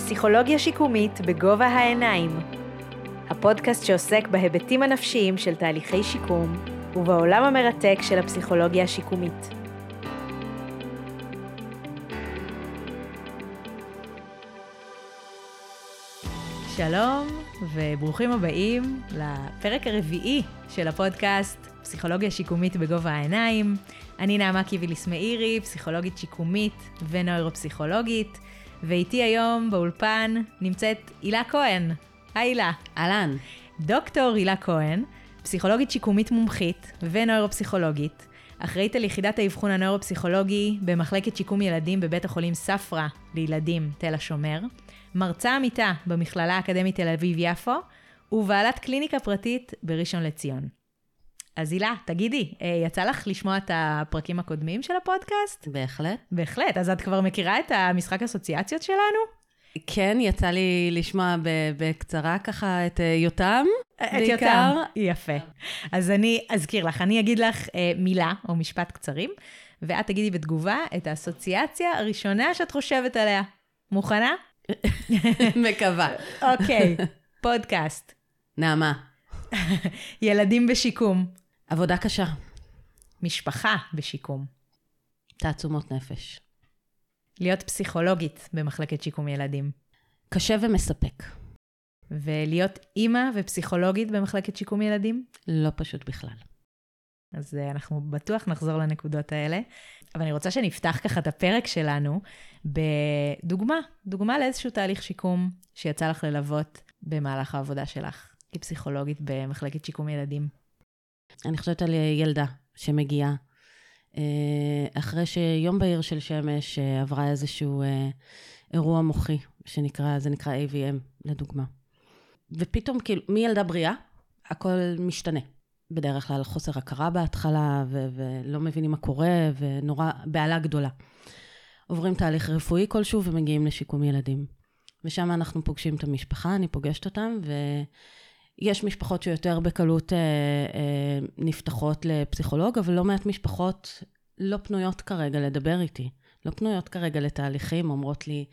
פסיכולוגיה שיקומית בגובה העיניים. הפודקאסט שעוסק בהיבטים הנפשיים של תהליכי שיקום ובעולם המרתק של הפסיכולוגיה השיקומית. שלום וברוכים הבאים לפרק הרביעי של הפודקאסט פסיכולוגיה שיקומית בגובה העיניים. אני נעמה קיביליס מאירי, פסיכולוגית שיקומית ונוירופסיכולוגית, ואיתי היום באולפן נמצאת הילה כהן. היי הילה. אהלן. דוקטור הילה כהן, פסיכולוגית שיקומית מומחית ונוירופסיכולוגית, אחראית על יחידת האבחון הנוירופסיכולוגי במחלקת שיקום ילדים בבית החולים ספרא לילדים תל השומר, מרצה עמיתה במכללה האקדמית תל אביב יפו, ובעלת קליניקה פרטית בראשון לציון. אז הילה, תגידי, יצא לך לשמוע את הפרקים הקודמים של הפודקאסט? בהחלט. בהחלט, אז את כבר מכירה את המשחק אסוציאציות שלנו? כן, יצא לי לשמוע בקצרה ככה את יותם. את יותם, יפה. אז אני אזכיר לך, אני אגיד לך מילה או משפט קצרים, ואת תגידי בתגובה את האסוציאציה הראשונה שאת חושבת עליה. מוכנה? מקווה. אוקיי, פודקאסט. נעמה. ילדים בשיקום. עבודה קשה. משפחה בשיקום. תעצומות נפש. להיות פסיכולוגית במחלקת שיקום ילדים. קשה ומספק. ולהיות אימא ופסיכולוגית במחלקת שיקום ילדים? לא פשוט בכלל. אז אנחנו בטוח נחזור לנקודות האלה. אבל אני רוצה שנפתח ככה את הפרק שלנו דוגמה לאיזשהו תהליך שיקום שיצא לך ללוות במהלך העבודה שלך כפסיכולוגית במחלקת שיקום ילדים. אני חושבת על ילדה שמגיעה אחרי שיום בהיר של שמש עברה איזשהו אירוע מוחי זה נקרא AVM לדוגמה. ופתאום כאילו מילדה בריאה הכל משתנה. בדרך כלל חוסר הכרה בהתחלה ולא מבינים מה קורה ונורא בעלה גדולה. עוברים תהליך רפואי כלשהו ומגיעים לשיקום ילדים. ושם אנחנו פוגשים את המשפחה, אני פוגשת אותם ויש משפחות שיותר בקלות נפתחות לפסיכולוג, אבל לא מעט משפחות לא פנויות כרגע לדבר איתי, לא פנויות כרגע לתהליכים, אומרות לי,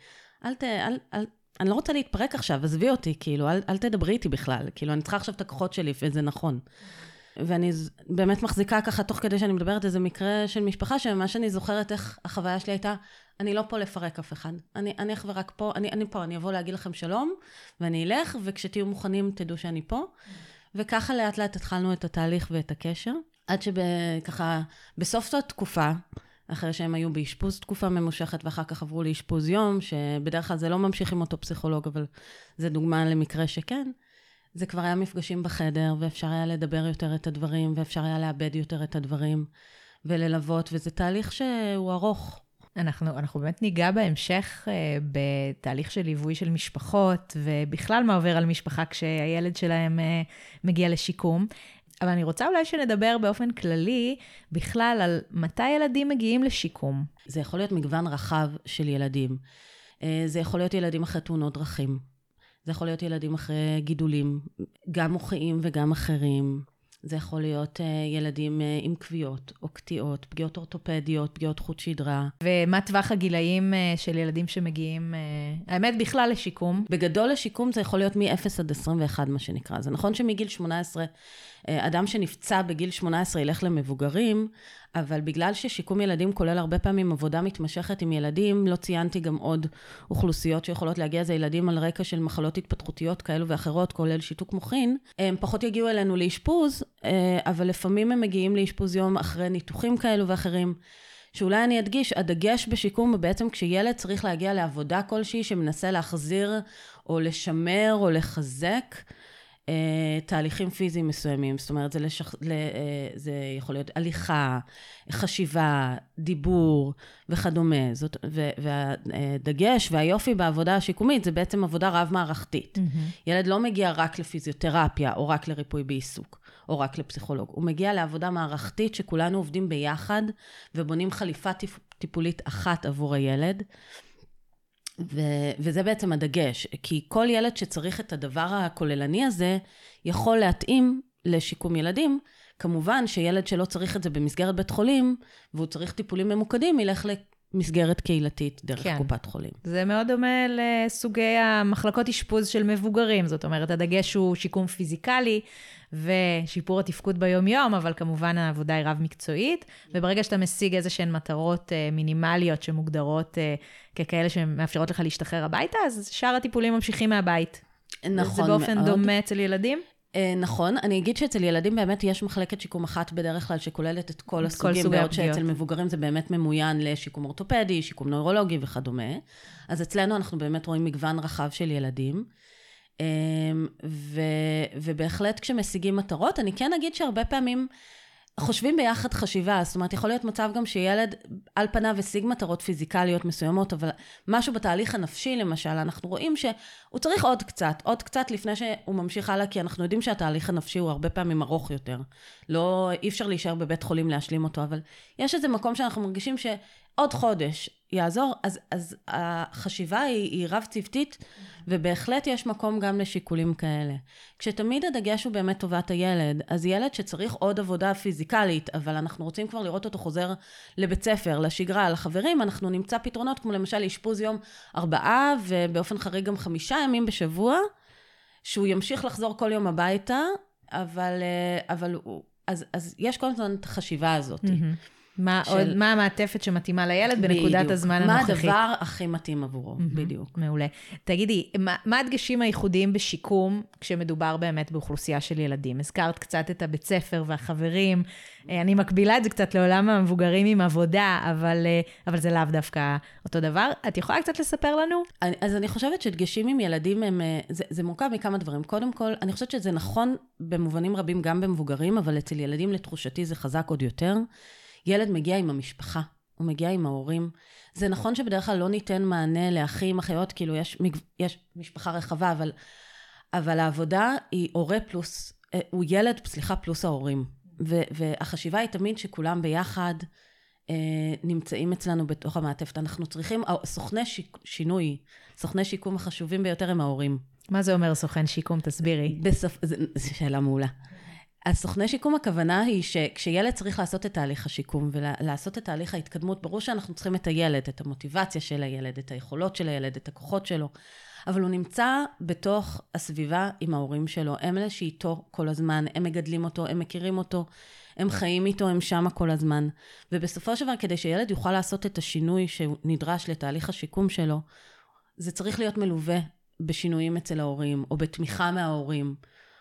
אני לא רוצה להתפרק עכשיו, עזבי אותי, כאילו, אל תדברי איתי בכלל, כאילו, אני צריכה עכשיו את הכוחות שלי, וזה נכון. ואני באמת מחזיקה ככה, תוך כדי שאני מדברת, איזה מקרה של משפחה, שמה שאני זוכרת איך החוויה שלי הייתה, אני לא פה לפרק אף אחד. אני איך ורק פה, אני פה, אני אבוא להגיד לכם שלום, ואני אלך, וכשתהיו מוכנים, תדעו שאני פה. וככה לאט לאט התחלנו את התהליך ואת הקשר, עד שככה, בסוף התקופה, אחרי שהם היו באשפוז תקופה ממושכת, ואחר כך עברו לאשפוז יום, שבדרך כלל זה לא ממשיך עם אותו פסיכולוג, אבל זה דוגמה למקרה שכן, זה כבר היה מפגשים בחדר, ואפשר היה לדבר יותר את הדברים, ואפשר היה לאבד יותר את הדברים, וללוות, וזה תהליך שהוא ארוך. אנחנו באמת ניגע בהמשך בתהליך של ליווי של משפחות, ובכלל מה עובר על משפחה כשהילד שלהם מגיע לשיקום. אבל אני רוצה אולי שנדבר באופן כללי, בכלל על מתי ילדים מגיעים לשיקום. זה יכול להיות מגוון רחב של ילדים. זה יכול להיות ילדים אחרי תאונות דרכים. זה יכול להיות ילדים אחרי גידולים, גם מוחיים וגם אחרים. זה יכול להיות ילדים עם כוויות או קטיעות, פגיעות אורתופדיות, פגיעות חוט שדרה. ומה טווח הגילאים של ילדים שמגיעים, האמת בכלל לשיקום? בגדול לשיקום זה יכול להיות מ-0 עד 21 מה שנקרא. זה נכון שמגיל 18, אדם שנפצע בגיל 18 ילך למבוגרים, אבל בגלל ששיקום ילדים כולל הרבה פעמים עבודה מתמשכת עם ילדים, לא ציינתי גם עוד אוכלוסיות שיכולות להגיע, זה ילדים על רקע של מחלות התפתחותיות כאלו ואחרות, כולל שיתוק מוחין, הם פחות יגיעו אלינו לאשפוז, אבל לפעמים הם מגיעים לאשפוז יום אחרי ניתוחים כאלו ואחרים, שאולי אני אדגיש, הדגש בשיקום הוא בעצם כשילד צריך להגיע לעבודה כלשהי שמנסה להחזיר או לשמר או לחזק, תהליכים פיזיים מסוימים, זאת אומרת, זה יכול להיות הליכה, חשיבה, דיבור וכדומה, והדגש והיופי בעבודה השיקומית, זה בעצם עבודה רב-מערכתית. ילד לא מגיע רק לפיזיותרפיה, או רק לריפוי בעיסוק, או רק לפסיכולוג. הוא מגיע לעבודה מערכתית שכולנו עובדים ביחד, ובונים חליפה טיפולית אחת עבור הילד, וזה בעצם הדגש, כי כל ילד שצריך את הדבר הכוללני הזה, יכול להתאים לשיקום ילדים. כמובן שילד שלא צריך את זה במסגרת בית חולים, והוא צריך טיפולים ממוקדים, ילך מסגרת קהילתית דרך כן. קופת חולים. זה מאוד דומה לסוגי המחלקות אשפוז של מבוגרים, זאת אומרת, הדגש הוא שיקום פיזיקלי ושיפור התפקוד ביום-יום, אבל כמובן העבודה היא רב-מקצועית, וברגע שאתה משיג איזשהן מטרות מינימליות שמוגדרות ככאלה שמאפשרות לך להשתחרר הביתה, אז שאר הטיפולים ממשיכים מהבית. נכון זה באופן מאוד. דומה אצל ילדים? נכון, אני אגיד שאצל ילדים באמת יש מחלקת שיקום אחת בדרך כלל שכוללת את כל הסוגים, בעוד שאצל מבוגרים זה באמת ממוין לשיקום אורתופדי, שיקום נוירולוגי וכדומה. אז אצלנו אנחנו באמת רואים מגוון רחב של ילדים, ובהחלט כשמשיגים מטרות, אני כן אגיד שהרבה פעמים חושבים ביחד חשיבה, זאת אומרת, יכול להיות מצב גם שילד על פניו השיג מטרות פיזיקליות מסוימות, אבל משהו בתהליך הנפשי, למשל, אנחנו רואים שהוא צריך עוד קצת לפני שהוא ממשיך הלאה, כי אנחנו יודעים שהתהליך הנפשי הוא הרבה פעמים ארוך יותר. אי אפשר להישאר בבית חולים להשלים אותו, אבל יש איזה מקום שאנחנו מרגישים שעוד חודש יעזור, אז החשיבה היא רב-צוותית, ובהחלט יש מקום גם לשיקולים כאלה. כשתמיד הדגש הוא באמת טובת הילד, אז ילד שצריך עוד עבודה פיזיקלית, אבל אנחנו רוצים כבר לראות אותו חוזר לבית ספר, לשגרה, לחברים, אנחנו נמצא פתרונות, כמו למשל אשפוז יום 4, ובאופן חריג גם 5 ימים בשבוע, שהוא ימשיך לחזור כל יום הביתה, אז יש כל הזמן את החשיבה הזאת. מה המעטפת שמתאימה לילד בנקודת הזמן הנוכחית? מה הדבר הכי מתאים עבורו, בדיוק. מעולה. תגידי, מה הדגשים הייחודיים בשיקום כשמדובר באמת באוכלוסייה של ילדים? הזכרת קצת את הבית ספר והחברים, אני מקבילה את זה קצת לעולם המבוגרים עם עבודה, אבל זה לאו דווקא אותו דבר. את יכולה קצת לספר לנו? אז אני חושבת שדגשים עם ילדים זה מורכב מכמה דברים. קודם כל, אני חושבת שזה נכון במובנים רבים גם במבוגרים, אבל אצל ילדים לתחושתי זה חזק עוד יותר. ילד מגיע עם המשפחה, הוא מגיע עם ההורים. זה נכון שבדרך כלל לא ניתן מענה לאחים, אחיות, כאילו יש משפחה רחבה, אבל העבודה היא הורה פלוס, הוא ילד, פלוס ההורים. והחשיבה היא תמיד שכולם ביחד נמצאים אצלנו בתוך המעטפת. אנחנו צריכים, סוכני שינוי, סוכני שיקום החשובים ביותר הם ההורים. מה זה אומר סוכן שיקום? תסבירי. זו שאלה מעולה. אז סוכני שיקום הכוונה היא שכשילד צריך לעשות את תהליך השיקום ולעשות את תהליך ההתקדמות, ברור שאנחנו צריכים את הילד, את המוטיבציה של הילד, את היכולות של הילד, את הכוחות שלו, אבל הוא נמצא בתוך הסביבה עם ההורים שלו, הם אלה שאיתו כל הזמן, הם מגדלים אותו, הם מכירים אותו, הם חיים איתו, הם שמה כל הזמן. ובסופו של דבר, כדי שילד יוכל לעשות את השינוי שנדרש לתהליך השיקום שלו, זה צריך להיות מלווה בשינויים אצל ההורים, או בתמיכה מההורים,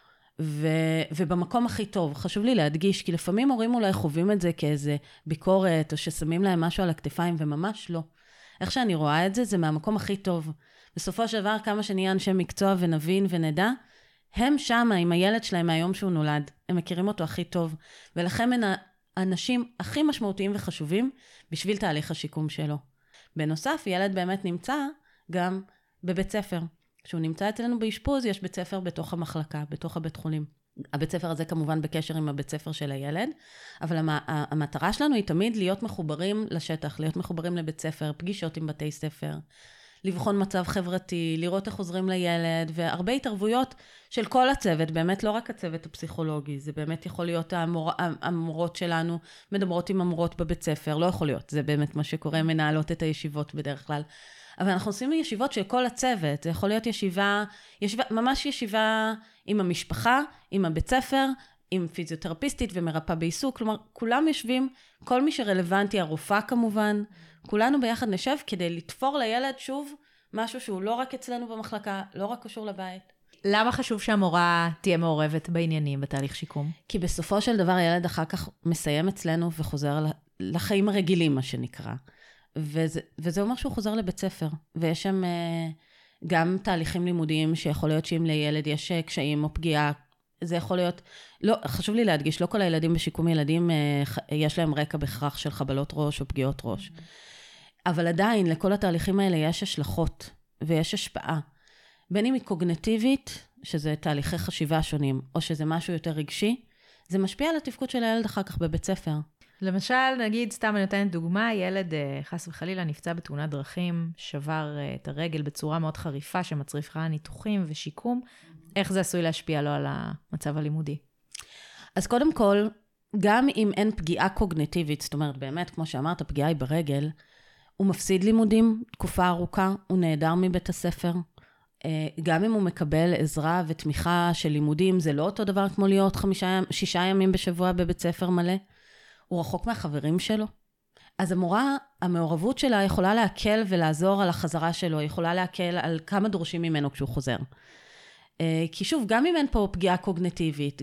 ובמקום הכי טוב, חשוב לי להדגיש, כי לפעמים הורים אולי חווים את זה כאיזה ביקורת, או ששמים להם משהו על הכתפיים, וממש לא. איך שאני רואה את זה, זה מהמקום הכי טוב. בסופו של דבר, כמה שנהיה אנשי מקצוע ונבין ונדע, הם שמה עם הילד שלהם מהיום שהוא נולד. הם מכירים אותו הכי טוב, ולכם הם האנשים הכי משמעותיים וחשובים בשביל תהליך השיקום שלו. בנוסף, ילד באמת נמצא גם בבית ספר. כשהוא נמצא אצלנו באשפוז, יש בית ספר בתוך המחלקה, בתוך הבית חולים. הבית ספר הזה כמובן בקשר עם הבית ספר של הילד, אבל המטרה שלנו היא תמיד להיות מחוברים לשטח, להיות מחוברים לבית ספר, פגישות עם בתי ספר, לבחון מצב חברתי, לראות איך עוזרים לילד, והרבה התערבויות של כל הצוות, באמת לא רק הצוות הפסיכולוגי, זה באמת יכול להיות המורות שלנו, מדברות עם המורות בבית ספר, לא יכול להיות, זה באמת מה שקורה, מנהלות את הישיבות בדרך כלל. אבל אנחנו עושים ישיבות של כל הצוות, זה יכול להיות ממש ישיבה עם המשפחה, עם הבית ספר, עם פיזיותרפיסטית ומרפאה בעיסוק, כלומר, כולם יושבים, כל מי שרלוונטי, הרופאה כמובן, כולנו ביחד נשב כדי לתפור לילד שוב משהו שהוא לא רק אצלנו במחלקה, לא רק קשור לבית. למה חשוב שהמורה תהיה מעורבת בעניינים בתהליך שיקום? כי בסופו של דבר הילד אחר כך מסיים אצלנו וחוזר לחיים הרגילים, מה שנקרא. וזה אומר שהוא חוזר לבית ספר, ויש שם גם תהליכים לימודיים שיכול להיות שאם לילד יש קשיים או פגיעה, זה יכול להיות, לא, חשוב לי להדגיש, לא כל הילדים בשיקום ילדים יש להם רקע בכרח של חבלות ראש או פגיעות ראש. אבל עדיין לכל התהליכים האלה יש השלכות ויש השפעה. בין אם היא קוגניטיבית, שזה תהליכי חשיבה שונים, או שזה משהו יותר רגשי, זה משפיע על התפקוד של הילד אחר כך בבית ספר. למשל, נגיד, סתם אני נותנת דוגמה, ילד חס וחלילה נפצע בתאונת דרכים, שבר את הרגל בצורה מאוד חריפה, שמצריכה ניתוחים ושיקום. איך זה עשוי להשפיע לו על המצב הלימודי? אז קודם כל, גם אם אין פגיעה קוגניטיבית, זאת אומרת, באמת, כמו שאמרת, הפגיעה היא ברגל, הוא מפסיד לימודים תקופה ארוכה, הוא נעדר מבית הספר. גם אם הוא מקבל עזרה ותמיכה של לימודים, זה לא אותו דבר כמו להיות 6 ימים בשבוע בבית ספר מלא. הוא רחוק מהחברים שלו. אז המורה, המעורבות שלה יכולה להקל ולעזור על החזרה שלו, יכולה להקל על כמה דורשים ממנו כשהוא חוזר. כי שוב, גם אם אין פה פגיעה קוגניטיבית,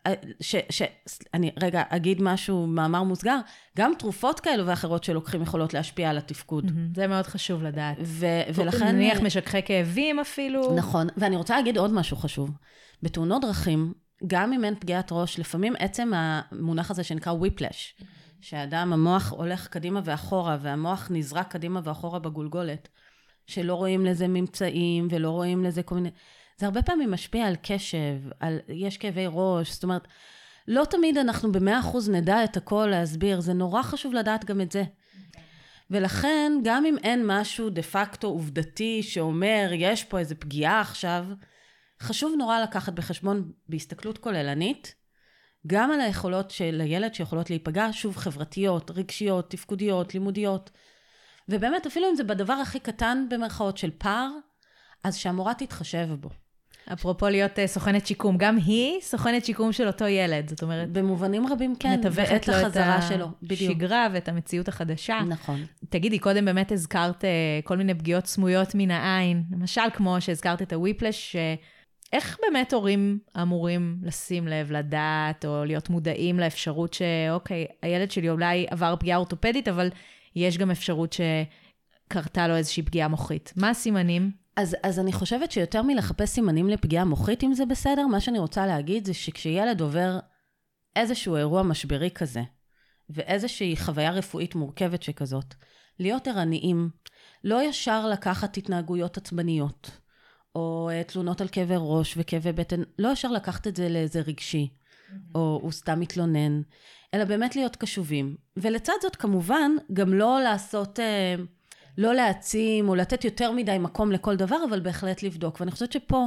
אני רגע אגיד משהו, מאמר מוסגר, גם תרופות כאלו ואחרות שלוקחים יכולות להשפיע על התפקוד. זה מאוד חשוב לדעת. ולכן... נניח משככי כאבים אפילו. נכון, ואני רוצה להגיד עוד משהו חשוב. בתאונות דרכים, גם אם אין פגיעת ראש, לפעמים עצם המונח הזה שנקרא whiplash, שהאדם, המוח הולך קדימה ואחורה, והמוח נזרק קדימה ואחורה בגולגולת, שלא רואים לזה ממצאים, ולא רואים לזה כל מיני... זה הרבה פעמים משפיע על קשב, יש כאבי ראש, זאת אומרת, לא תמיד אנחנו ב100% נדע את הכל להסביר, זה נורא חשוב לדעת גם את זה. ולכן, גם אם אין משהו דה פקטו עובדתי שאומר, יש פה איזו פגיעה עכשיו, חשוב נורא לקחת בחשבון בהסתכלות כוללנית, גם על היכולות של הילד שיכולות להיפגע, שוב חברתיות, רגשיות, תפקודיות, לימודיות, ובאמת אפילו אם זה בדבר הכי קטן במרכאות של פער, אז שהמורה תתחשב בו. אפרופו להיות סוכנת שיקום, גם היא סוכנת שיקום של אותו ילד, זאת אומרת... במובנים רבים כן, מתווכת לו את השגרה ואת המציאות החדשה. נכון. תגידי, קודם באמת הזכרת כל מיני פגיעות סמויות מן העין, למשל כמו שהזכרת את הוויפלש, איך באמת הורים אמורים לשים לב, לדעת, או להיות מודעים לאפשרות שאוקיי, הילד שלי אולי עבר פגיעה אורתופדית, אבל יש גם אפשרות שקרתה לו איזושהי פגיעה מוחית. מה הסימנים? אז אני חושבת שיותר מלחפש סימנים לפגיעה מוחית, אם זה בסדר, מה שאני רוצה להגיד זה שכשילד עובר איזשהו אירוע משברי כזה, ואיזושהי חוויה רפואית מורכבת שכזאת, להיות ערניים, לא ישר לקחת התנהגויות עצבניות, או תלונות על כאבי ראש וכאבי בטן, לא ישר לקחת את זה לאיזה רגשי, או הוא סתם מתלונן, אלא באמת להיות קשובים. ולצד זאת כמובן, גם לא לעשות... לא להעצים או לתת יותר מדי מקום לכל דבר, אבל בהחלט לבדוק. ואני חושבת שפה,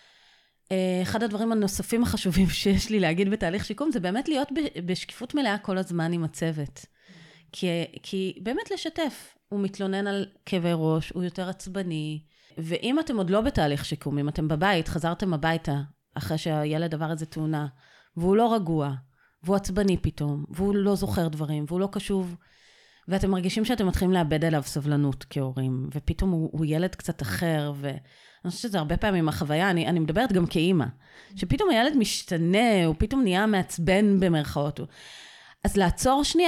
אחד הדברים הנוספים החשובים שיש לי להגיד בתהליך שיקום, זה באמת להיות בשקיפות מלאה כל הזמן עם הצוות. כי באמת לשתף, הוא מתלונן על כאבי ראש, הוא יותר עצבני, ואם אתם עוד לא בתהליך שיקום, אם אתם בבית, חזרתם הביתה, אחרי שהילד עבר איזה תאונה, והוא לא רגוע, והוא עצבני פתאום, והוא לא זוכר דברים, והוא לא קשוב, ואתם מרגישים שאתם מתחילים לאבד עליו סבלנות כהורים, ופתאום הוא ילד קצת אחר, ואני חושבת שזה הרבה פעמים החוויה, אני מדברת גם כאימא, שפתאום הילד משתנה, הוא פתאום נהיה מעצבן במרכאות. אז לעצור שנייה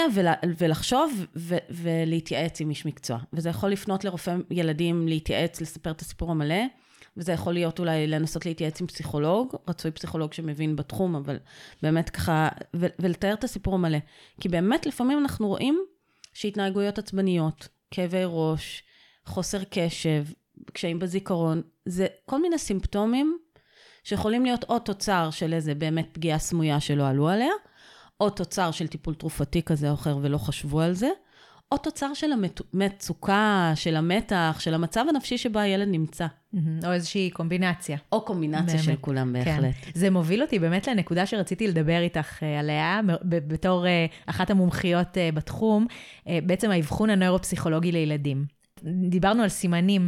ולחשוב ולהתייעץ עם איש מקצוע. וזה יכול לפנות לרופא ילדים, להתייעץ, לספר את הסיפור המלא, וזה יכול להיות אולי לנסות להתייעץ עם פסיכולוג, רצוי פסיכולוג שמבין בתחום, אבל באמת ככה, ולתאר את הסיפור המלא. כי באמת לפעמים אנחנו רואים שהתנהגויות עצבניות, כאבי ראש, חוסר קשב, קשיים בזיכרון, זה כל מיני סימפטומים שיכולים להיות או תוצר של איזה באמת פגיעה סמויה שלא עלו עליה, או תוצר של טיפול תרופתי כזה או אחר ולא חשבו על זה, או תוצר של המצוקה, של המתח, של המצב הנפשי שבה הילד נמצא. או איזושהי קומבינציה. או קומבינציה באמת. של כולם בהחלט. כן. זה מוביל אותי באמת לנקודה שרציתי לדבר איתך עליה, בתור אחת המומחיות בתחום, בעצם האבחון הנוירופסיכולוגי לילדים. דיברנו על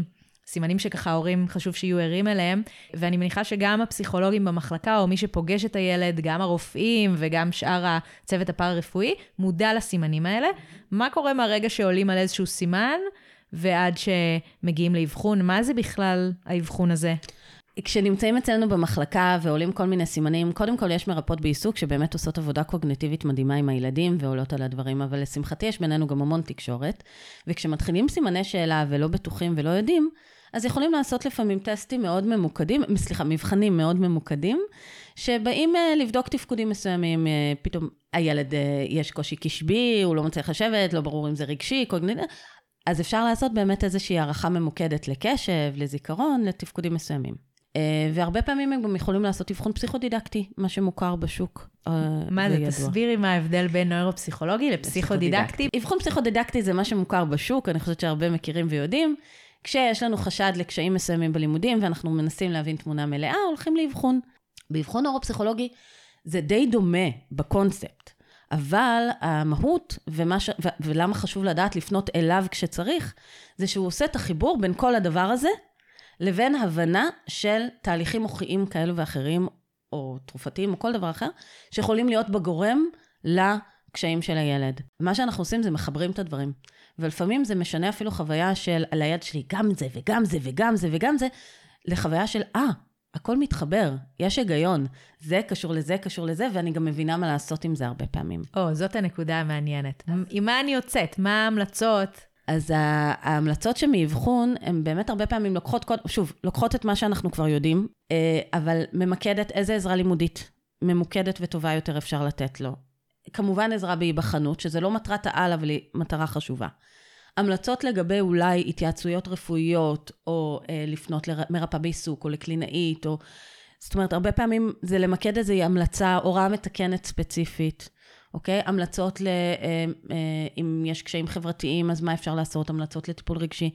סימנים שככה ההורים חשוב שיהיו ערים אליהם, ואני מניחה שגם הפסיכולוגים במחלקה, או מי שפוגש את הילד, גם הרופאים וגם שאר הצוות הפארה-רפואי, מודע לסימנים האלה. מה קורה מהרגע שעולים על איזשהו סימן, ועד שמגיעים לאבחון? מה זה בכלל האבחון הזה? כשנמצאים אצלנו במחלקה ועולים כל מיני סימנים, קודם כל יש מרפאות בעיסוק שבאמת עושות עבודה קוגניטיבית מדהימה עם הילדים ועולות על הדברים, אבל לשמחתי יש בינינו גם המון תקשורת, וכשמתחילים סימני שאלה ולא בטוחים ולא יודעים, אז יכולים לעשות לפעמים טסטים מאוד ממוקדים, מבחנים מאוד ממוקדים, שבאים לבדוק תפקודים מסוימים, פתאום הילד יש קושי קשבי, הוא לא מצליח לשבת, לא ברור אם זה רגשי, קוגניטיבי, אז אפשר לעשות באמת איזושהי הערכה ממוקדת לקשב, לזיכרון, לתפקודים מסוימים. והרבה פעמים הם גם יכולים לעשות אבחון פסיכודידקטי, מה שמוכר בשוק. מה זה? תסבירי מה ההבדל בין נוירופסיכולוגי לפסיכודידקטי. אבחון פסיכודידקטי זה מה שמוכר בשוק, אני חושבת שהרבה מכירים ויודעים. כשיש לנו חשד לקשיים מסוימים בלימודים, ואנחנו מנסים להבין תמונה מלאה, הולכים לאבחון. באבחון נוירופסיכולוגי זה די דומה בקונספט, אבל המהות, ולמה חשוב לדעת לפנות אליו כשצריך, זה שהוא עושה את החיבור בין כל הדבר הזה, לבין הבנה של תהליכים מוחיים כאלו ואחרים, או תרופתיים, או כל דבר אחר, שיכולים להיות בגורם לקשיים של הילד. מה שאנחנו עושים זה מחברים את הדברים. ולפעמים זה משנה אפילו חוויה של, על היד שלי, גם זה וגם זה וגם זה וגם זה, לחוויה של, הכל מתחבר, יש היגיון, זה קשור לזה, קשור לזה, ואני גם מבינה מה לעשות עם זה הרבה פעמים. זאת הנקודה המעניינת. עם מה אני יוצאת? מה ההמלצות? אז ההמלצות שמאבחון, הן באמת הרבה פעמים לוקחות את מה שאנחנו כבר יודעים, אבל ממקדת איזה עזרה לימודית, ממוקדת וטובה יותר אפשר לתת לו. כמובן עזרה בהיבחנות, שזה לא מטרת העל, אבל היא מטרה חשובה. המלצות לגבי אולי התייעצויות רפואיות, או לפנות למרפאה בעיסוק, או לקלינאית, זאת אומרת, הרבה פעמים זה למקד איזו המלצה, הוראה מתקנת ספציפית, אוקיי? המלצות אם יש קשיים חברתיים, אז מה אפשר לעשות? המלצות לטיפול רגשי.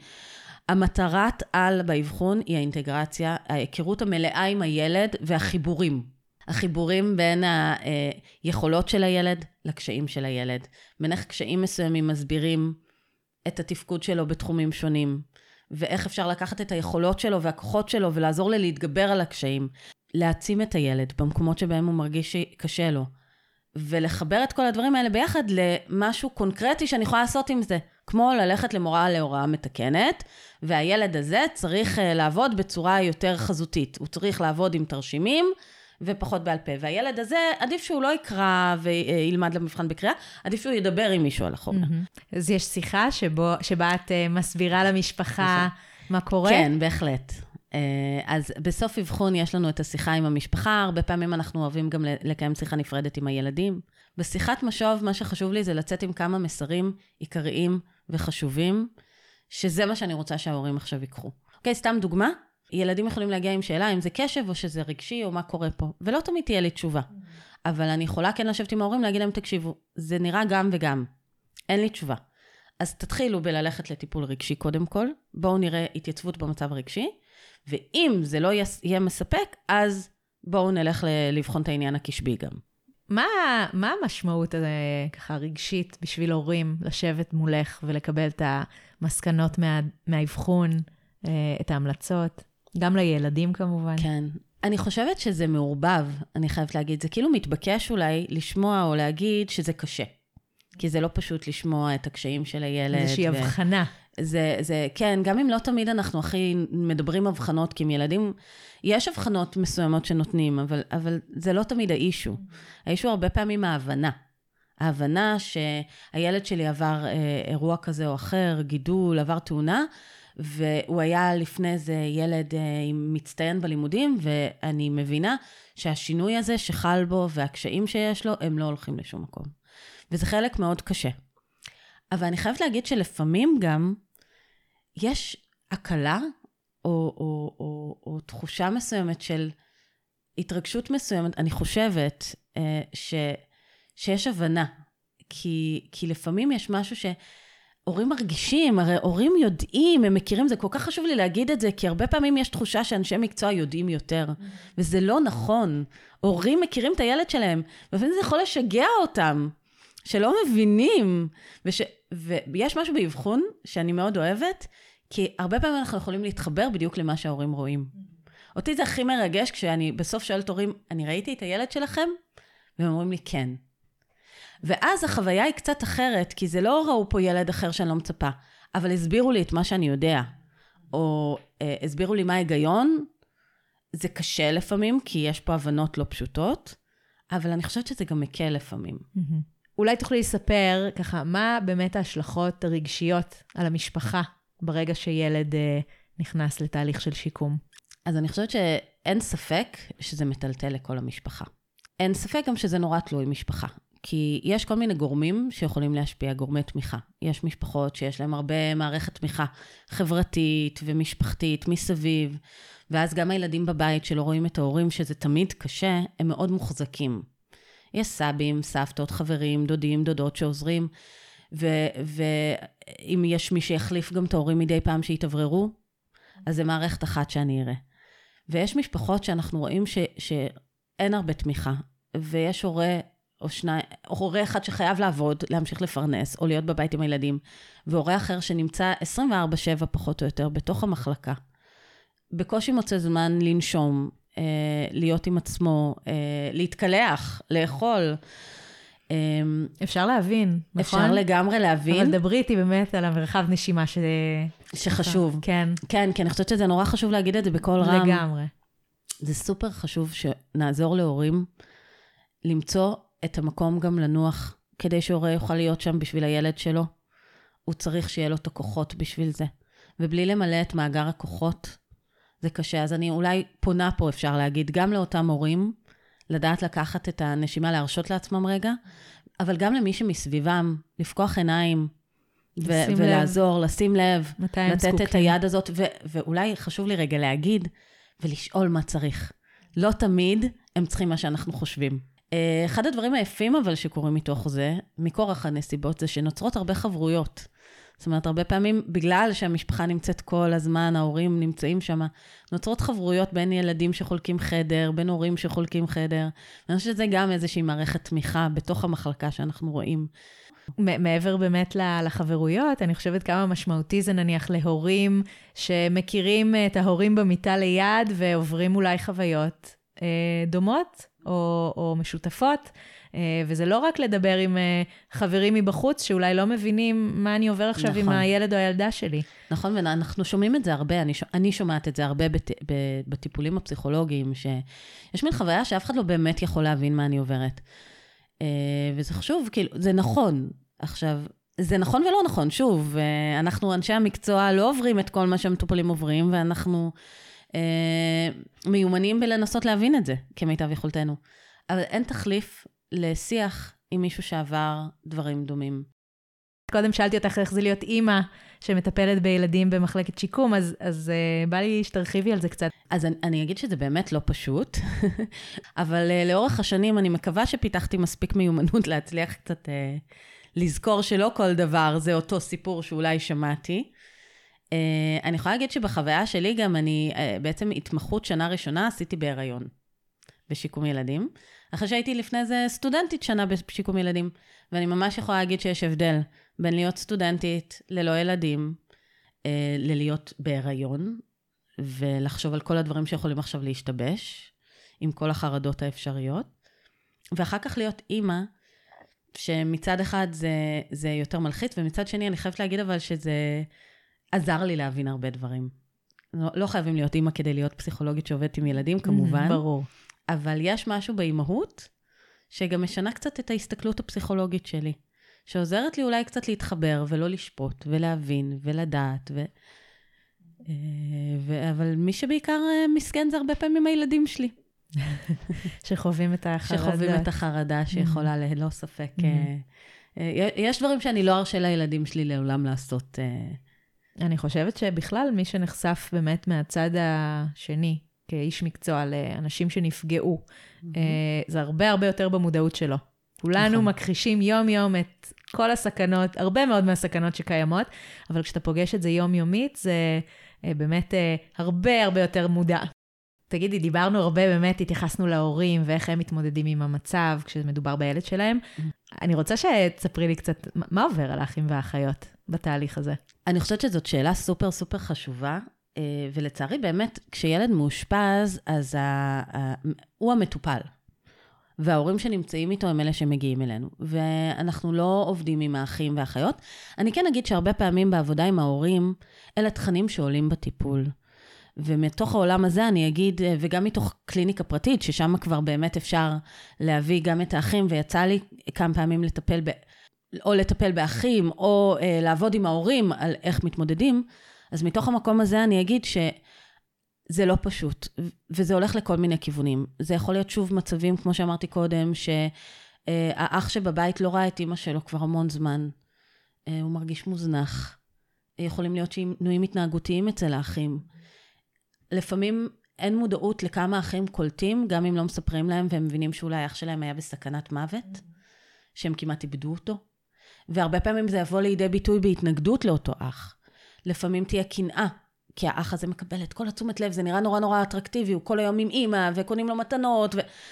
המטרת על באבחון היא האינטגרציה, ההיכרות המלאה עם הילד והחיבורים. החיבורים בין היכולות של הילד לקשיים של הילד. בין איך קשיים מסוימים מסבירים את התפקוד שלו בתחומים שונים, ואיך אפשר לקחת את היכולות שלו והכוחות שלו ולעזור לו להתגבר על הקשיים. להעצים את הילד במקומות שבהם הוא מרגיש שקשה לו. ולחבר את כל הדברים האלה ביחד למשהו קונקרטי שאני יכולה לעשות עם זה. כמו ללכת למורה להוראה מתקנת, והילד הזה צריך לעבוד בצורה יותר חזותית. הוא צריך לעבוד עם תרשימים ופחות בעל פה. והילד הזה, עדיף שהוא לא יקרא וילמד למבחן בקריאה, עדיף שהוא ידבר עם מישהו על החומר. אז יש שיחה שבה את מסבירה למשפחה מה קורה? כן, בהחלט. אז בסוף אבחון יש לנו את השיחה עם המשפחה, הרבה פעמים אנחנו אוהבים גם לקיים שיחה נפרדת עם הילדים. בשיחת משוב, מה שחשוב לי זה לצאת עם כמה מסרים עיקריים וחשובים, שזה מה שאני רוצה שההורים עכשיו ייקחו. אוקיי, סתם דוגמה, ילדים יכולים להגיע עם שאלה אם זה קשב או שזה רגשי או מה קורה פה, ולא תמיד תהיה לי תשובה. אבל אני יכולה כן לשבת עם ההורים להגיד להם, תקשיבו, זה נראה גם וגם, אין לי תשובה. אז תתחילו בללכת לטיפול רגשי קודם כל, בואו נראה התייצבות במצב הרגשי, ואם זה לא יהיה מספק, אז בואו נלך לבחון את העניין הקשבי גם. מה המשמעות ככה רגשית בשביל הורים לשבת מולך ולקבל את המסקנות מהאבחון, את ההמלצות, גם לילדים כמובן? כן. אני חושבת שזה מעורבב, אני חייבת להגיד. זה כאילו מתבקש אולי לשמוע או להגיד שזה קשה. כי זה לא פשוט לשמוע את הקשיים של הילד. איזושהי הבחנה. זה, כן, גם אם לא תמיד אנחנו הכי מדברים הבחנות, כי עם ילדים יש הבחנות מסוימות שנותנים, אבל זה לא תמיד האישו. האישו הרבה פעמים ההבנה. ההבנה שהילד שלי עבר אירוע כזה או אחר, גידול, עבר תאונה, והוא היה לפני זה ילד מצטיין בלימודים, ואני מבינה שהשינוי הזה שחל בו והקשיים שיש לו, הם לא הולכים לשום מקום. וזה חלק מאוד קשה. אבל אני חייבת להגיד שלפעמים גם יש הקלה או תחושה מסוימת של התרגשות מסוימת. אני חושבת שיש הבנה, כי לפעמים יש משהו שהורים מרגישים, הרי הורים יודעים, הם מכירים, זה כל כך חשוב לי להגיד את זה, כי הרבה פעמים יש תחושה שאנשי מקצוע יודעים יותר, וזה לא נכון. הורים מכירים את הילד שלהם, ולפעמים זה יכול לשגע אותם. שלא מבינים, ויש משהו באבחון שאני מאוד אוהבת, כי הרבה פעמים אנחנו יכולים להתחבר בדיוק למה שההורים רואים. אותי זה הכי מרגש כשאני בסוף שואלת הורים, אני ראיתי את הילד שלכם? והם אומרים לי כן. ואז החוויה היא קצת אחרת, כי זה לא ראו פה ילד אחר שאני לא מצפה, אבל הסבירו לי את מה שאני יודע, או הסבירו לי מה ההיגיון, זה קשה לפעמים, כי יש פה הבנות לא פשוטות, אבל אני חושבת שזה גם מקל לפעמים. אולי תוכלי לספר ככה, מה באמת ההשלכות הרגשיות על המשפחה ברגע שילד נכנס לתהליך של שיקום? אז אני חושבת שאין ספק שזה מטלטל לכל המשפחה. אין ספק גם שזה נורא תלוי משפחה. כי יש כל מיני גורמים שיכולים להשפיע, גורמי תמיכה. יש משפחות שיש להם הרבה מערכת תמיכה חברתית ומשפחתית מסביב, ואז גם הילדים בבית שלא רואים את ההורים, שזה תמיד קשה, הם מאוד מוחזקים. יש סבים, סבתות, חברים, דודים, דודות שעוזרים, ואם יש מי שיחליף גם את ההורים מדי פעם שיתעבררו, אז זה מערכת אחת שאני אראה. ויש משפחות שאנחנו רואים שאין הרבה תמיכה, ויש הורה או שניים, או הורה אחד שחייב לעבוד, להמשיך לפרנס, או להיות בבית עם הילדים, והורה אחר שנמצא 24/7 פחות או יותר בתוך המחלקה. בקושי מוצא זמן לנשום, להיות עם עצמו, להתקלח, לאכול. אפשר להבין, נכון? אפשר לגמרי להבין. אבל דברי איתי באמת על המרחב נשימה שחשוב. כן. כן, כי אני חושבת שזה נורא חשוב להגיד את זה בכל רם. לגמרי. זה סופר חשוב שנעזור להורים למצוא את המקום גם לנוח, כדי שהורה יוכל להיות שם בשביל הילד שלו. הוא צריך שיהיה לו את הכוחות בשביל זה. ובלי למלא את מאגר הכוחות, זה קשה. אז אני אולי פונה פה, אפשר להגיד, גם לאותם הורים, לדעת לקחת את הנשימה, להרשות לעצמם רגע, אבל גם למי שמסביבם, לפקוח עיניים, ולעזור, לשים לב, לתת את היד הזאת, ואולי חשוב לי רגע להגיד, ולשאול מה צריך. לא תמיד הם צריכים מה שאנחנו חושבים. אחד הדברים היפים אבל שקורים מתוך זה, מכורח הנסיבות, זה שנוצרות הרבה חברויות. זאת אומרת, הרבה פעמים, בגלל שהמשפחה נמצאת כל הזמן, ההורים נמצאים שם, נוצרות חברויות בין ילדים שחולקים חדר, בין הורים שחולקים חדר. אני חושבת שזה גם איזושהי מערכת תמיכה בתוך המחלקה שאנחנו רואים. מעבר באמת לחברויות, אני חושבת כמה משמעותי זה נניח להורים שמכירים את ההורים במיטה ליד, ועוברים אולי חוויות דומות או משותפות, וזה לא רק לדבר עם חברים מבחוץ, שאולי לא מבינים מה אני עובר עכשיו עם הילד או הילדה שלי. נכון, ואנחנו שומעים את זה הרבה, אני שומעת את זה הרבה בטיפולים הפסיכולוגיים, שיש מין חוויה שאף אחד לא באמת יכול להבין מה אני עוברת. וזה חשוב, כאילו, זה נכון. עכשיו, זה נכון ולא נכון, שוב, אנחנו אנשי המקצוע לא עוברים את כל מה שהמטופלים עוברים, ואנחנו מיומנים בלנסות להבין את זה, כמיטב יכולתנו. אבל אין תחליף לשיח עם מישהו שעבר דברים דומים. קודם שאלתי אותך איך זה להיות אימא שמטפלת בילדים במחלקת שיקום, אז בא לי שתרחיבי על זה קצת. אז אני אגיד שזה באמת לא פשוט, אבל לאורך השנים אני מקווה שפיתחתי מספיק מיומנות להצליח קצת לזכור שלא כל דבר זה אותו סיפור שאולי שמעתי. אני יכולה להגיד שבחוויה שלי גם אני בעצם התמחות שנה ראשונה עשיתי בהיריון בשיקום ילדים. אחרי שהייתי לפני זה סטודנטית שנה בשיקום ילדים, ואני ממש יכולה להגיד שיש הבדל בין להיות סטודנטית ללא ילדים, ללהיות בהיריון, ולחשוב על כל הדברים שיכולים עכשיו להשתבש, עם כל החרדות האפשריות, ואחר כך להיות אימא, שמצד אחד זה יותר מלחיץ, ומצד שני אני חייבת להגיד אבל שזה עזר לי להבין הרבה דברים. לא חייבים להיות אימא כדי להיות פסיכולוגית שעובדת עם ילדים, כמובן. ברור. אבל יש משהו באימהות, שגם משנה קצת את ההסתכלות הפסיכולוגית שלי, שעוזרת לי אולי קצת להתחבר, ולא לשפוט, ולהבין, ולדעת, אבל מי שבעיקר מסכן זה הרבה פעמים הילדים שלי. שחווים את החרדה. שחווים את החרדה, שיכולה ללא ספק. יש דברים שאני לא ארשה לילדים שלי לעולם לעשות. אני חושבת שבכלל מי שנחשף באמת מהצד השני, כאיש מקצוע לאנשים שנפגעו, זה הרבה הרבה יותר במודעות שלו. כולנו מכחישים יום יום את כל הסכנות, הרבה מאוד מהסכנות שקיימות, אבל כשאתה פוגש את זה יומיומית, זה באמת הרבה הרבה יותר מודע. תגידי, דיברנו הרבה, באמת התייחסנו להורים, ואיך הם מתמודדים עם המצב, כשמדובר בילד שלהם. אני רוצה שתספרי לי קצת, מה עובר על האחים והאחיות בתהליך הזה? אני חושבת שזאת שאלה סופר סופר חשובה, ולצערי באמת, כשילד מאושפז, אז הוא המטופל. וההורים שנמצאים איתו הם אלה שמגיעים אלינו. ואנחנו לא עובדים עם האחים והאחיות. אני כן אגיד שהרבה פעמים בעבודה עם ההורים, אלה תכנים שעולים בטיפול. ומתוך העולם הזה אני אגיד, וגם מתוך קליניקה פרטית, ששם כבר באמת אפשר להביא גם את האחים, ויצא לי כמה פעמים לטפל באחים, או לעבוד עם ההורים על איך מתמודדים, אז מתוך המקום הזה אני אגיד שזה לא פשוט, וזה הולך לכל מיני כיוונים. זה יכול להיות שוב מצבים, כמו שאמרתי קודם, שהאח שבבית לא ראה את אמא שלו כבר המון זמן, הוא מרגיש מוזנח, יכולים להיות שינויים התנהגותיים אצל האחים, לפעמים אין מודעות לכמה אחים קולטים, גם אם לא מספרים להם, והם מבינים שאולי האח שלהם היה בסכנת מוות, שהם כמעט איבדו אותו. והרבה פעמים זה יבוא לידי ביטוי בהתנגדות לאותו אח. לפעמים תהיה קנאה, כי האח הזה מקבל את כל התשומת לב, זה נראה נורא נורא אטרקטיבי, הוא כל היום עם אמא, וקונים לו מתנות,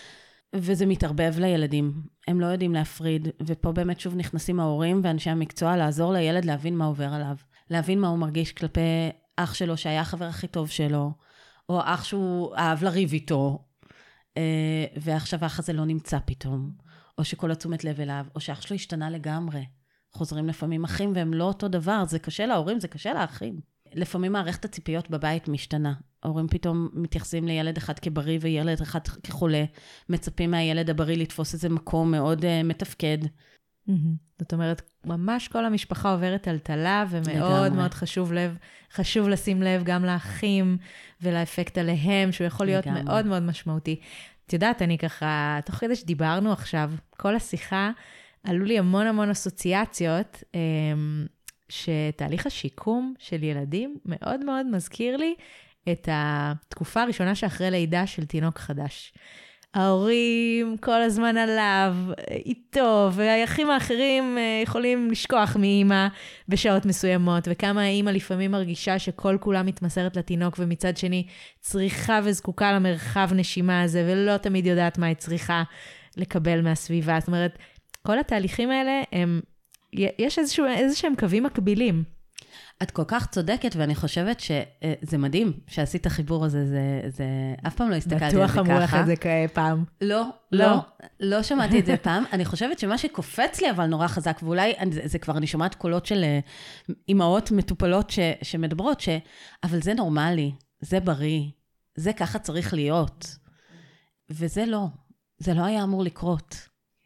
וזה מתערבב לילדים. הם לא יודעים להפריד, ופה באמת שוב נכנסים ההורים ואנשי המקצוע לעזור לילד להבין מה עובר עליו. להבין מה הוא מרגיש כלפי אח שלו שהיה החבר הכי טוב שלו, או אח שהוא אהב לריב איתו, ועכשיו האח הזה לא נמצא פתאום, או שכל התשומת לב אליו, או שאח שלו השתנה לגמרי. חוזרים לפעמים אחים והם לא אותו דבר, זה קשה להורים, זה קשה לאחים. לפעמים מערכת הציפיות בבית משתנה. ההורים פתאום מתייחסים לילד אחד כבריא וילד אחד כחולה, מצפים מהילד הבריא לתפוס איזה מקום מאוד מתפקד. זאת אומרת, ממש כל המשפחה עוברת טלטלה, ומאוד מאוד חשוב לשים לב גם לאחים ולאפקט עליהם, שהוא יכול להיות מאוד מאוד משמעותי. את יודעת, אני ככה, תוך כדי שדיברנו עכשיו, כל השיחה, עלו לי המון אסוציאציות, שתהליך השיקום של ילדים מאוד מאוד מזכיר לי את התקופה הראשונה שאחרי לידה של תינוק חדש. ההורים כל הזמן עליו, איתו, והאחים האחרים יכולים לשכוח מאמא בשעות מסוימות, וכמה האמא לפעמים מרגישה שכל כולה מתמסרת לתינוק, ומצד שני צריכה וזקוקה למרחב נשימה הזה, ולא תמיד יודעת מה היא צריכה לקבל מהסביבה. זאת אומרת, כל התהליכים האלה, יש איזשהם קווים מקבילים. את כל כך צודקת, ואני חושבת שזה מדהים שעשית החיבור הזה, זה אף פעם לא הסתכלתי על זה ככה. בטוח אמרו לך את זה פעם. לא שמעתי את זה פעם. אני חושבת שמה שקופץ לי אבל נורא חזק, ואולי זה כבר אני שומעת קולות של אמהות מטופלות שמדברות, אבל זה נורמלי, זה בריא, זה ככה צריך להיות. וזה לא, זה לא היה אמור לקרות.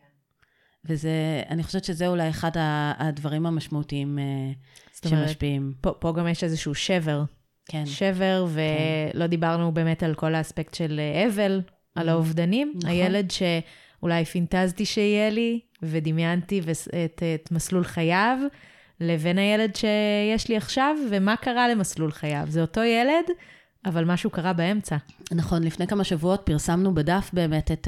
אני חושבת שזה אולי אחד הדברים המשמעותיים שמשפיעים. פה גם יש איזשהו שבר. כן. שבר, ולא דיברנו באמת על כל האספקט של אבל, על האובדנים. נכון. הילד שאולי פינטזתי שיהיה לי, ודמיינתי את מסלול חייו, לבין הילד שיש לי עכשיו, ומה קרה למסלול חייו. זה אותו ילד, אבל משהו קרה באמצע. נכון, לפני כמה שבועות פרסמנו בדף באמת את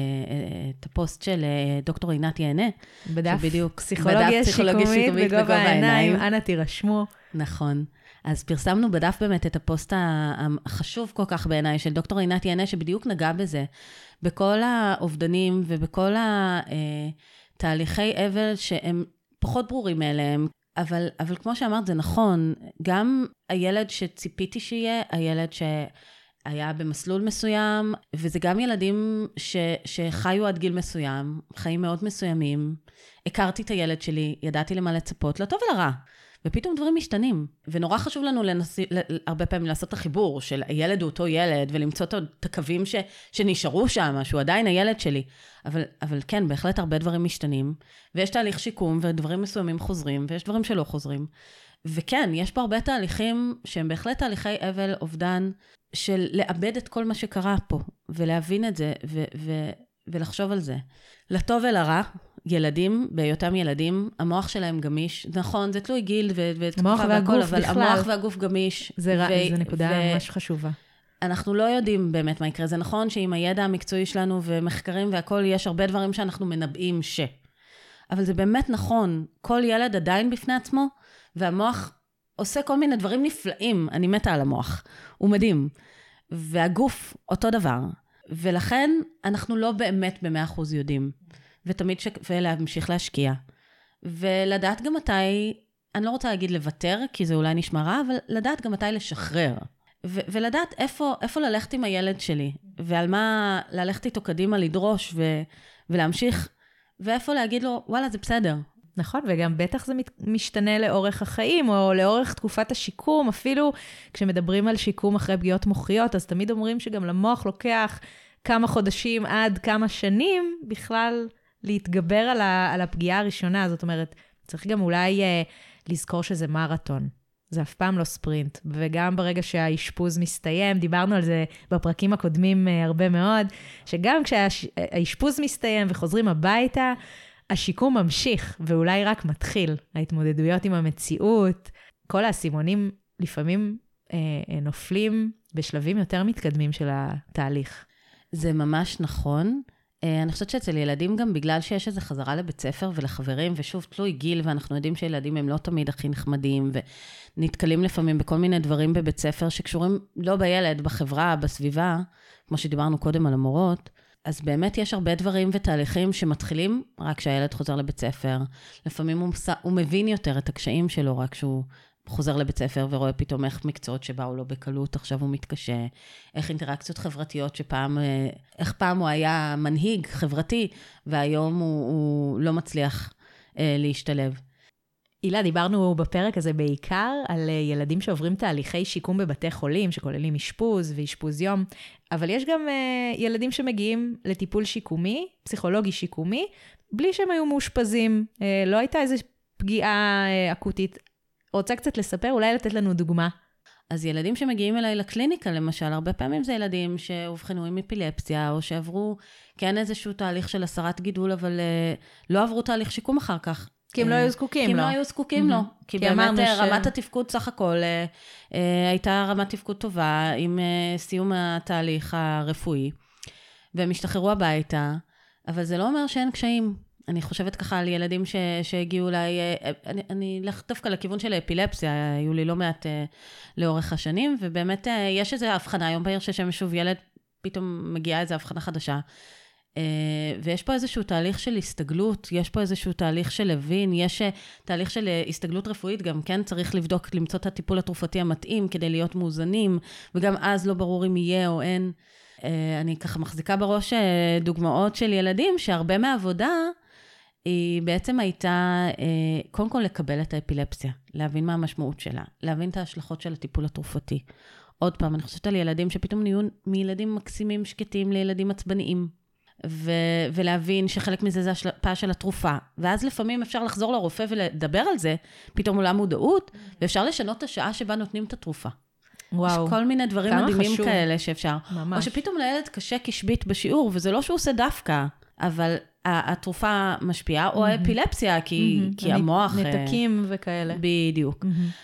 הפוסט של דוקטור עינת יענה. בדף פסיכולוגיה שיקומית בגובה העיניים, אנא תירשמו. נכון. אז פרסמנו בדף באמת את הפוסט החשוב כל כך בעיניי של דוקטור עינת יענה, שבדיוק נגע בזה, בכל האובדנים ובכל התהליכי אבל שהם פחות ברורים מאליהם, אבל כמו שאמרת, זה נכון, גם הילד שציפיתי שיהיה, הילד שהיה במסלול מסוים, וזה גם ילדים שחיו עד גיל מסוים, חיים מאוד מסוימים, הכרתי את הילד שלי, ידעתי למה לצפות, לטוב ולרע, ופתאום דברים משתנים, ונורא חשוב לנו הרבה פעמים לעשות את החיבור של הילד הוא אותו ילד, ולמצוא את הקווים שנשארו שם, שהוא עדיין הילד שלי, אבל כן, בהחלט הרבה דברים משתנים, ויש תהליך שיקום, ודברים מסוימים חוזרים, ויש דברים שלא חוזרים, וכן, יש פה הרבה תהליכים, שהם בהחלט תהליכי אבל, אובדן, של לאבד את כל מה שקרה פה, ולהבין את זה, ולחשוב על זה. לטוב ולרע, ילדים, בהיותם ילדים, המוח שלהם גמיש. נכון, זה תלוי גיל המוח והגוף בכלל. אבל המוח והגוף גמיש. זה נקודה ממש חשובה. אנחנו לא יודעים באמת מה יקרה. זה נכון שעם הידע המקצועי שלנו ומחקרים והכל, יש הרבה דברים שאנחנו מנבאים אבל זה באמת נכון. כל ילד עדיין בפני עצמו, והמוח עושה כל מיני דברים נפלאים. אני מתה על המוח. הוא מדהים. והגוף אותו דבר. ולכן אנחנו לא באמת ב100% יודעים. ותמיד ולהמשיך להשקיע. ולדעת גם מתי, אני לא רוצה להגיד לוותר, כי זה אולי נשמע רע, אבל לדעת גם מתי לשחרר. ולדעת איפה ללכת עם הילד שלי, ועל מה ללכת איתו קדימה, לדרוש ולהמשיך, ואיפה להגיד לו, וואלה, זה בסדר. נכון, וגם בטח זה משתנה לאורך החיים, או לאורך תקופת השיקום, אפילו כשמדברים על שיקום אחרי פגיעות מוחיות, אז תמיד אומרים שגם למוח לוקח כמה חודשים עד כמה שנים, בכלל להתגבר על הפגיעה הראשונה. זאת אומרת, צריך גם אולי לזכור שזה מרתון. זה אף פעם לא ספרינט. וגם ברגע שהאשפוז מסתיים, דיברנו על זה בפרקים הקודמים הרבה מאוד, שגם כשהאשפוז מסתיים וחוזרים הביתה, השיקום ממשיך, ואולי רק מתחיל. ההתמודדויות עם המציאות, כל האסימונים לפעמים נופלים בשלבים יותר מתקדמים של התהליך. זה ממש נכון. אני חושבת שאצל ילדים גם בגלל שיש איזו חזרה לבית ספר ולחברים, ושוב תלוי גיל, ואנחנו יודעים שילדים הם לא תמיד הכי נחמדים, ונתקלים לפעמים בכל מיני דברים בבית ספר, שקשורים לא בילד, בחברה, בסביבה, כמו שדיברנו קודם על המורות, אז באמת יש הרבה דברים ותהליכים שמתחילים רק כשהילד חוזר לבית ספר. לפעמים הוא מבין יותר את הקשיים שלו, רק כשהוא חוזר לבית ספר ורואה פתאום איך מקצועות שבאו לו בקלות, עכשיו הוא מתקשה, איך אינטראקציות חברתיות שפעם, איך פעם הוא היה מנהיג חברתי, והיום הוא לא מצליח להשתלב. הילה, דיברנו בפרק הזה בעיקר על ילדים שעוברים תהליכי שיקום בבתי חולים, שכוללים אשפוז ואשפוז יום, אבל יש גם ילדים שמגיעים לטיפול שיקומי, פסיכולוגי שיקומי, בלי שהם היו מאושפזים, לא הייתה איזו פגיעה אקוטית. רוצה קצת לספר, אולי לתת לנו דוגמה. אז ילדים שמגיעים אליי לקליניקה, למשל, הרבה פעמים זה ילדים שהובחנו עם אפילפסיה, או שעברו, כן איזשהו תהליך של הסרת גידול, אבל לא עברו תהליך שיקום אחר כך. כי הם לא היו זקוקים לו. כי הם לא היו זקוקים לו. כי באמת רמת התפקוד סך הכל הייתה רמת תפקוד טובה עם סיום התהליך הרפואי, והם השתחררו הביתה, אבל זה לא אומר שאין קשיים. אני חושבת ככה על ילדים שהגיעו אליי, אני אלך דווקא לכיוון של האפילפסיה, היו לי לא מעט לאורך השנים, ובאמת יש איזו הבחנה, היום בעיר ששם שוב ילד, פתאום מגיעה איזו הבחנה חדשה, ויש פה איזשהו תהליך של הסתגלות, יש פה איזשהו תהליך של לבין, יש תהליך של הסתגלות רפואית, גם כן צריך לבדוק, למצוא את הטיפול התרופתי המתאים, כדי להיות מאוזנים, וגם אז לא ברור אם יהיה או אין. אני ככה מחזיקה בראש דוגמאות של ילדים, שהרבה מהעבודה, היא בעצם הייתה, קודם כל לקבל את האפילפסיה, להבין מה המשמעות שלה, להבין את ההשלכות של הטיפול התרופתי. עוד פעם, אני חושבת על ילדים שפתאום נהיו מילדים מקסימים שקטים לילדים עצבניים, ולהבין שחלק מזה זה השפעה של התרופה, ואז לפעמים אפשר לחזור לרופא ולדבר על זה, פתאום עולה מודעות, ואפשר לשנות את השעה שבה נותנים את התרופה. וואו. יש כל מיני דברים מדהימים חשוב. כאלה שאפשר. ממש. או שפתאום לילד קשה כשבית בשיעור, וזה לא שהוא עושה דווקא, אבל התרופה משפיעה, או האפילפסיה, כי המוח... נתקים וכאלה. בדיוק.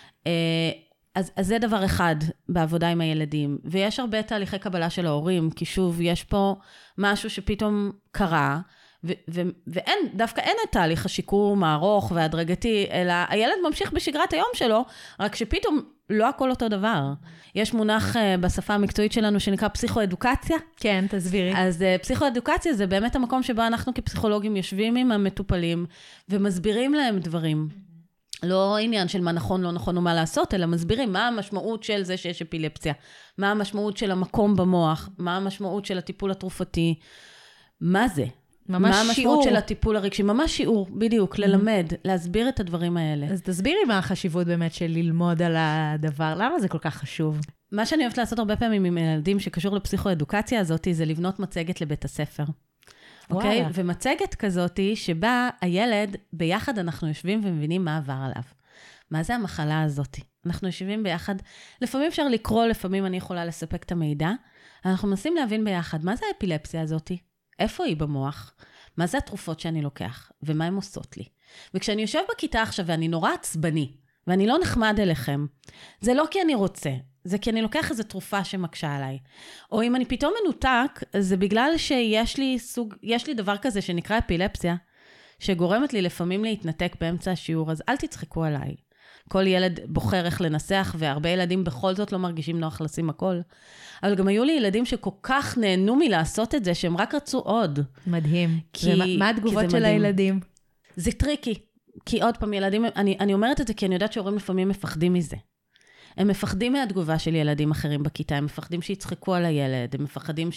אז זה דבר אחד בעבודה עם הילדים, ויש הרבה תהליכי קבלה של ההורים, כי שוב, יש פה משהו שפתאום קרה, ואין, דווקא אין את תהליך השיקום הארוך והדרגתי, אלא הילד ממשיך בשגרת היום שלו, רק שפתאום לא הכל אותו דבר. יש מונח בשפה המקצועית שלנו שנקרא פסיכואדוקציה. כן, תסבירי. אז פסיכואדוקציה זה באמת המקום שבו אנחנו כפסיכולוגים יושבים עם המטופלים, ומסבירים להם דברים. לא עניין של מה נכון, לא נכון ומה לעשות, אלא מסבירים מה המשמעות של זה שיש אפילפסיה, מה המשמעות של המקום במוח, מה המשמעות של הטיפול התרופתי, מה זה? ממש מה שיעור. המשמעות של הטיפול הרגשי? ממש שיעור, בדיוק, ללמד, להסביר את הדברים האלה. אז תסבירי מה החשיבות באמת של ללמוד על הדבר, למה זה כל כך חשוב? מה שאני אוהבת לעשות הרבה פעמים עם ילדים שקשור לפסיכואדוקציה הזאת, זה לבנות מצגת לבית הספר. אוקיי? ומצגת כזאת שבה הילד, ביחד אנחנו יושבים ומבינים מה עבר עליו. מה זה המחלה הזאת? אנחנו יושבים ביחד, לפעמים אפשר לקרוא, לפעמים אני יכולה לספק את המידע, אנחנו מנסים להבין ביחד, מה זה האפילפסיה הזאת? איפה היא במוח? מה זה התרופות שאני לוקח? ומה הן עושות לי? וכשאני יושב בכיתה עכשיו ואני נורא עצבני, ואני לא נחמד אליכם, זה לא כי אני רוצה, זה כי אני לוקח איזו תרופה שמקשה עליי. או אם אני פתאום מנותק, זה בגלל שיש לי דבר כזה שנקרא אפילפסיה, שגורמת לי לפעמים להתנתק באמצע השיעור, אז אל תצחקו עליי. כל ילד בוחר איך לנסח, והרבה ילדים בכל זאת לא מרגישים נוח לשים הכל. אבל גם היו לי ילדים שכל כך נהנו מלעשות את זה, שהם רק רצו עוד. מדהים. מה התגובות של הילדים? זה טריקי. כי עוד פעם, ילדים, אני אומרת את זה כי אני יודעת שהורים לפעמים מפחדים מזה. הם מפחדים מהתגובה של ילדים אחרים בכיתה, הם מפחדים שיצחקו על הילד, הם מפחדים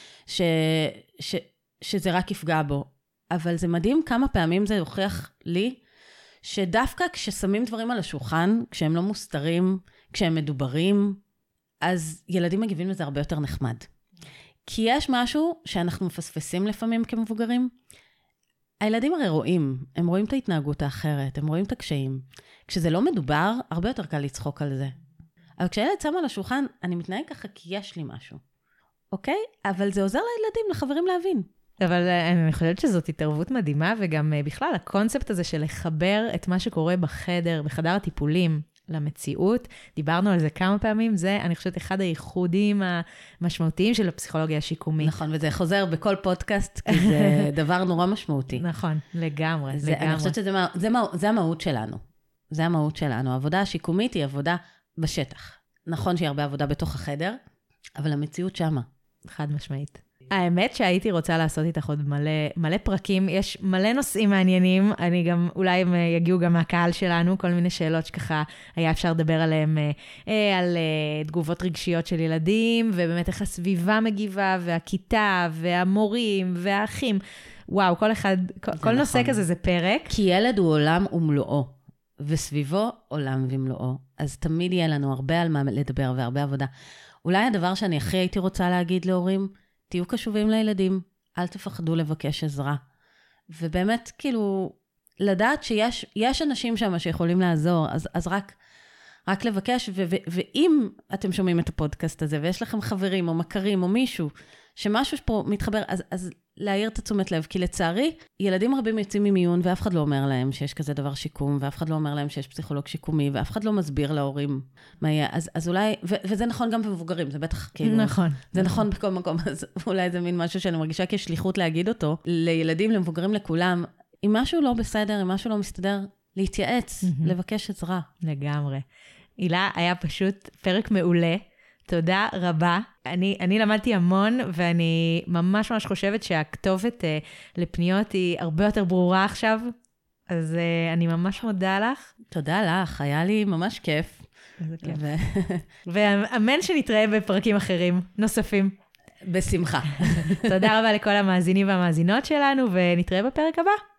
שזה רק יפגע בו. אבל זה מדהים כמה פעמים זה יוכיח לי, שדווקא כששמים דברים על השולחן, כשהם לא מוסתרים, כשהם מדוברים, אז ילדים מגיבים לזה הרבה יותר נחמד. כי יש משהו שאנחנו מפספסים לפעמים כמבוגרים. הילדים הרי רואים, הם רואים את ההתנהגות האחרת, הם רואים את הקשיים. כשזה לא מדובר, הרבה יותר קל לצחוק על זה. אבל כשהילד שם על השולחן, אני מתנהג ככה כי יש לי משהו. אוקיי? אבל זה עוזר לילדים, לחברים להבין. אבל אני חושבת שזאת התערבות מדהימה, וגם בכלל הקונספט הזה של לחבר את מה שקורה בחדר הטיפולים למציאות, דיברנו על זה כמה פעמים, זה אני חושבת אחד הייחודים המשמעותיים של הפסיכולוגיה השיקומית. נכון, וזה חוזר בכל פודקאסט, כי זה דבר נורא משמעותי. נכון, לגמרי. אני חושבת שזה המהות שלנו. זה המהות שלנו. העבודה השיקומית היא עבודה בשטח. נכון שהיא הרבה עבודה בתוך החדר, אבל המציאות שמה. חד משמעית. האמת שהייתי רוצה לעשות איתך עוד מלא פרקים, יש מלא נושאים מעניינים, אני גם, אולי הם יגיעו גם מהקהל שלנו, כל מיני שאלות שככה היה אפשר לדבר עליהם, על תגובות רגשיות של ילדים, ובאמת איך הסביבה מגיבה, והכיתה, והמורים, והאחים. וואו, כל נושא כזה זה פרק. כי ילד הוא עולם ומלואו, וסביבו עולם ומלואו. אז תמיד יהיה לנו הרבה על מה לדבר והרבה עבודה. אולי הדבר שאני הכי הייתי רוצה להגיד להורים, תהיו קשובים לילדים, אל תפחדו לבקש עזרה. ובאמת, כאילו, לדעת שיש אנשים שם שיכולים לעזור, אז רק לבקש, ואם אתם שומעים את הפודקאסט הזה, ויש לכם חברים או מכרים או מישהו, שמשהו פה מתחבר, אז להעיר את התשומת לב, כי לצערי, ילדים רבים יוצאים ממיון, ואף אחד לא אומר להם שיש כזה דבר שיקום, ואף אחד לא אומר להם שיש פסיכולוג שיקומי, ואף אחד לא מסביר להורים מה יהיה. אז אולי, וזה נכון גם במבוגרים, זה בטח כאילו... נכון. זה נכון בכל מקום, אז אולי זה מין משהו שאני מרגישה כשליחות להגיד אותו, לילדים, למבוגרים, לכולם, אם משהו לא בסדר, אם משהו לא מסתדר, להתייעץ, לבקש עזרה. לגמרי. הילה, היה פשוט פרק מעולה. תודה רבה. אני למדתי המון, ואני ממש ממש חושבת שהכתובת לפניות היא הרבה יותר ברורה עכשיו, אז אני ממש מודה לך. תודה לך, היה לי ממש כיף. איזה כיף. ואמן שנתראה בפרקים אחרים, נוספים. בשמחה. תודה רבה לכל המאזינים והמאזינות שלנו, ונתראה בפרק הבא.